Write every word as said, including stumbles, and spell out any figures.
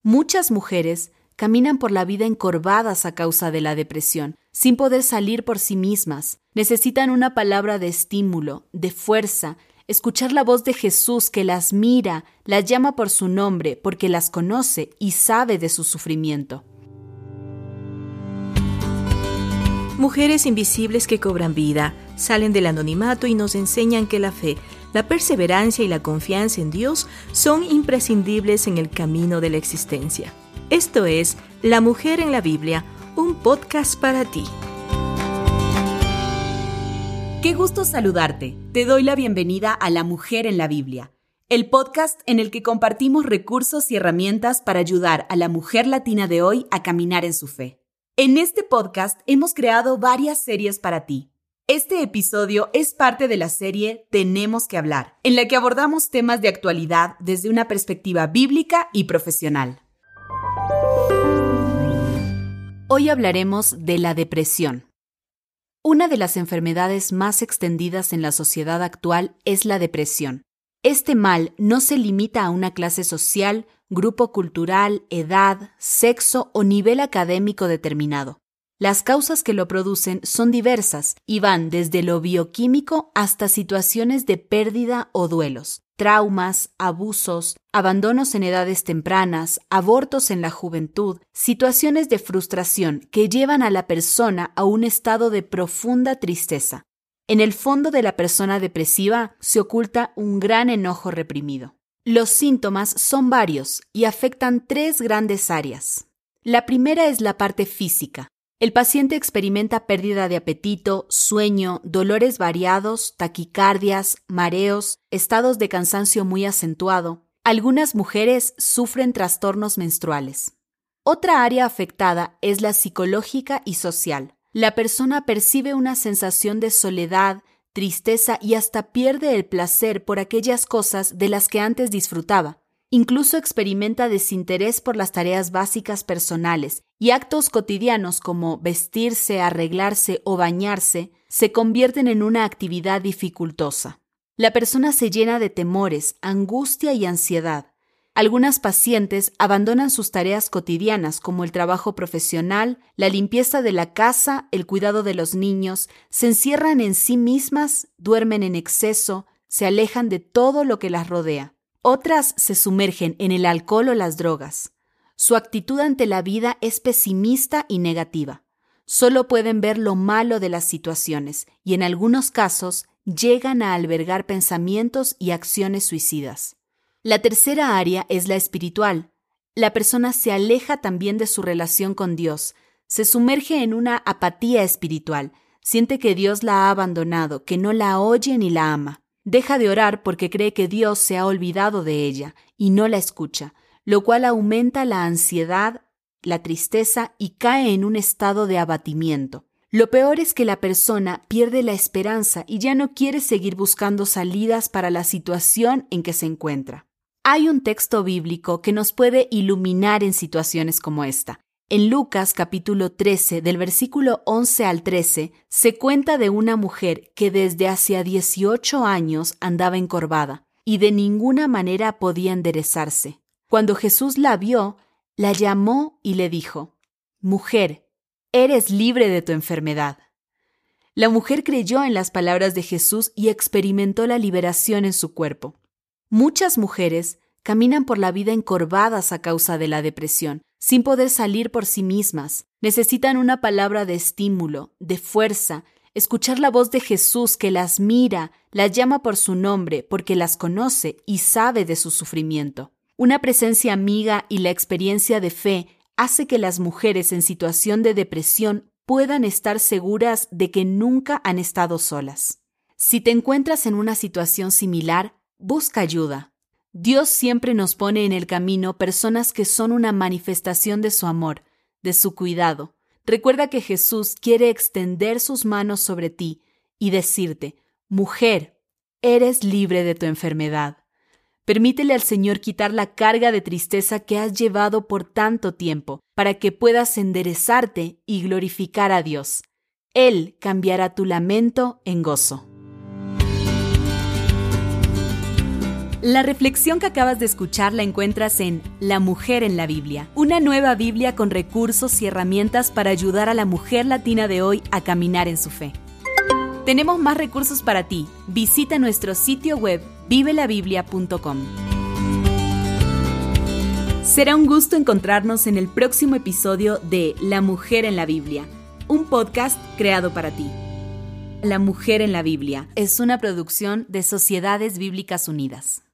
Muchas mujeres caminan por la vida encorvadas a causa de la depresión, sin poder salir por sí mismas. Necesitan una palabra de estímulo, de fuerza, escuchar la voz de Jesús que las mira, las llama por su nombre porque las conoce y sabe de su sufrimiento. Mujeres invisibles que cobran vida, salen del anonimato y nos enseñan que la fe, la perseverancia y la confianza en Dios son imprescindibles en el camino de la existencia. Esto es La Mujer en la Biblia, un podcast para ti. Qué gusto saludarte. Te doy la bienvenida a La Mujer en la Biblia, el podcast en el que compartimos recursos y herramientas para ayudar a la mujer latina de hoy a caminar en su fe. En este podcast hemos creado varias series para ti. Este episodio es parte de la serie Tenemos que hablar, en la que abordamos temas de actualidad desde una perspectiva bíblica y profesional. Hoy hablaremos de la depresión. Una de las enfermedades más extendidas en la sociedad actual es la depresión. Este mal no se limita a una clase social, grupo cultural, edad, sexo o nivel académico determinado. Las causas que lo producen son diversas y van desde lo bioquímico hasta situaciones de pérdida o duelos, traumas, abusos, abandonos en edades tempranas, abortos en la juventud, situaciones de frustración que llevan a la persona a un estado de profunda tristeza. En el fondo de la persona depresiva se oculta un gran enojo reprimido. Los síntomas son varios y afectan tres grandes áreas. La primera es la parte física. El paciente experimenta pérdida de apetito, sueño, dolores variados, taquicardias, mareos, estados de cansancio muy acentuado. Algunas mujeres sufren trastornos menstruales. Otra área afectada es la psicológica y social. La persona percibe una sensación de soledad, tristeza y hasta pierde el placer por aquellas cosas de las que antes disfrutaba. Incluso experimenta desinterés por las tareas básicas personales y actos cotidianos como vestirse, arreglarse o bañarse se convierten en una actividad dificultosa. La persona se llena de temores, angustia y ansiedad. Algunas pacientes abandonan sus tareas cotidianas como el trabajo profesional, la limpieza de la casa, el cuidado de los niños, se encierran en sí mismas, duermen en exceso, se alejan de todo lo que las rodea. Otras se sumergen en el alcohol o las drogas. Su actitud ante la vida es pesimista y negativa. Solo pueden ver lo malo de las situaciones y en algunos casos llegan a albergar pensamientos y acciones suicidas. La tercera área es la espiritual. La persona se aleja también de su relación con Dios, se sumerge en una apatía espiritual, siente que Dios la ha abandonado, que no la oye ni la ama. Deja de orar porque cree que Dios se ha olvidado de ella y no la escucha, lo cual aumenta la ansiedad, la tristeza y cae en un estado de abatimiento. Lo peor es que la persona pierde la esperanza y ya no quiere seguir buscando salidas para la situación en que se encuentra. Hay un texto bíblico que nos puede iluminar en situaciones como esta. En Lucas capítulo trece, del versículo once al trece, se cuenta de una mujer que desde hacía dieciocho años andaba encorvada y de ninguna manera podía enderezarse. Cuando Jesús la vio, la llamó y le dijo: «Mujer, eres libre de tu enfermedad». La mujer creyó en las palabras de Jesús y experimentó la liberación en su cuerpo. Muchas mujeres caminan por la vida encorvadas a causa de la depresión, sin poder salir por sí mismas. Necesitan una palabra de estímulo, de fuerza, escuchar la voz de Jesús que las mira, las llama por su nombre porque las conoce y sabe de su sufrimiento. Una presencia amiga y la experiencia de fe hace que las mujeres en situación de depresión puedan estar seguras de que nunca han estado solas. Si te encuentras en una situación similar, busca ayuda. Dios siempre nos pone en el camino personas que son una manifestación de su amor, de su cuidado. Recuerda que Jesús quiere extender sus manos sobre ti y decirte: «Mujer, eres libre de tu enfermedad». Permítele al Señor quitar la carga de tristeza que has llevado por tanto tiempo, para que puedas enderezarte y glorificar a Dios. Él cambiará tu lamento en gozo. La reflexión que acabas de escuchar la encuentras en La Mujer en la Biblia, una nueva Biblia con recursos y herramientas para ayudar a la mujer latina de hoy a caminar en su fe. Tenemos más recursos para ti. Visita nuestro sitio web vive la biblia punto com. Será un gusto encontrarnos en el próximo episodio de La Mujer en la Biblia, un podcast creado para ti. La Mujer en la Biblia es una producción de Sociedades Bíblicas Unidas.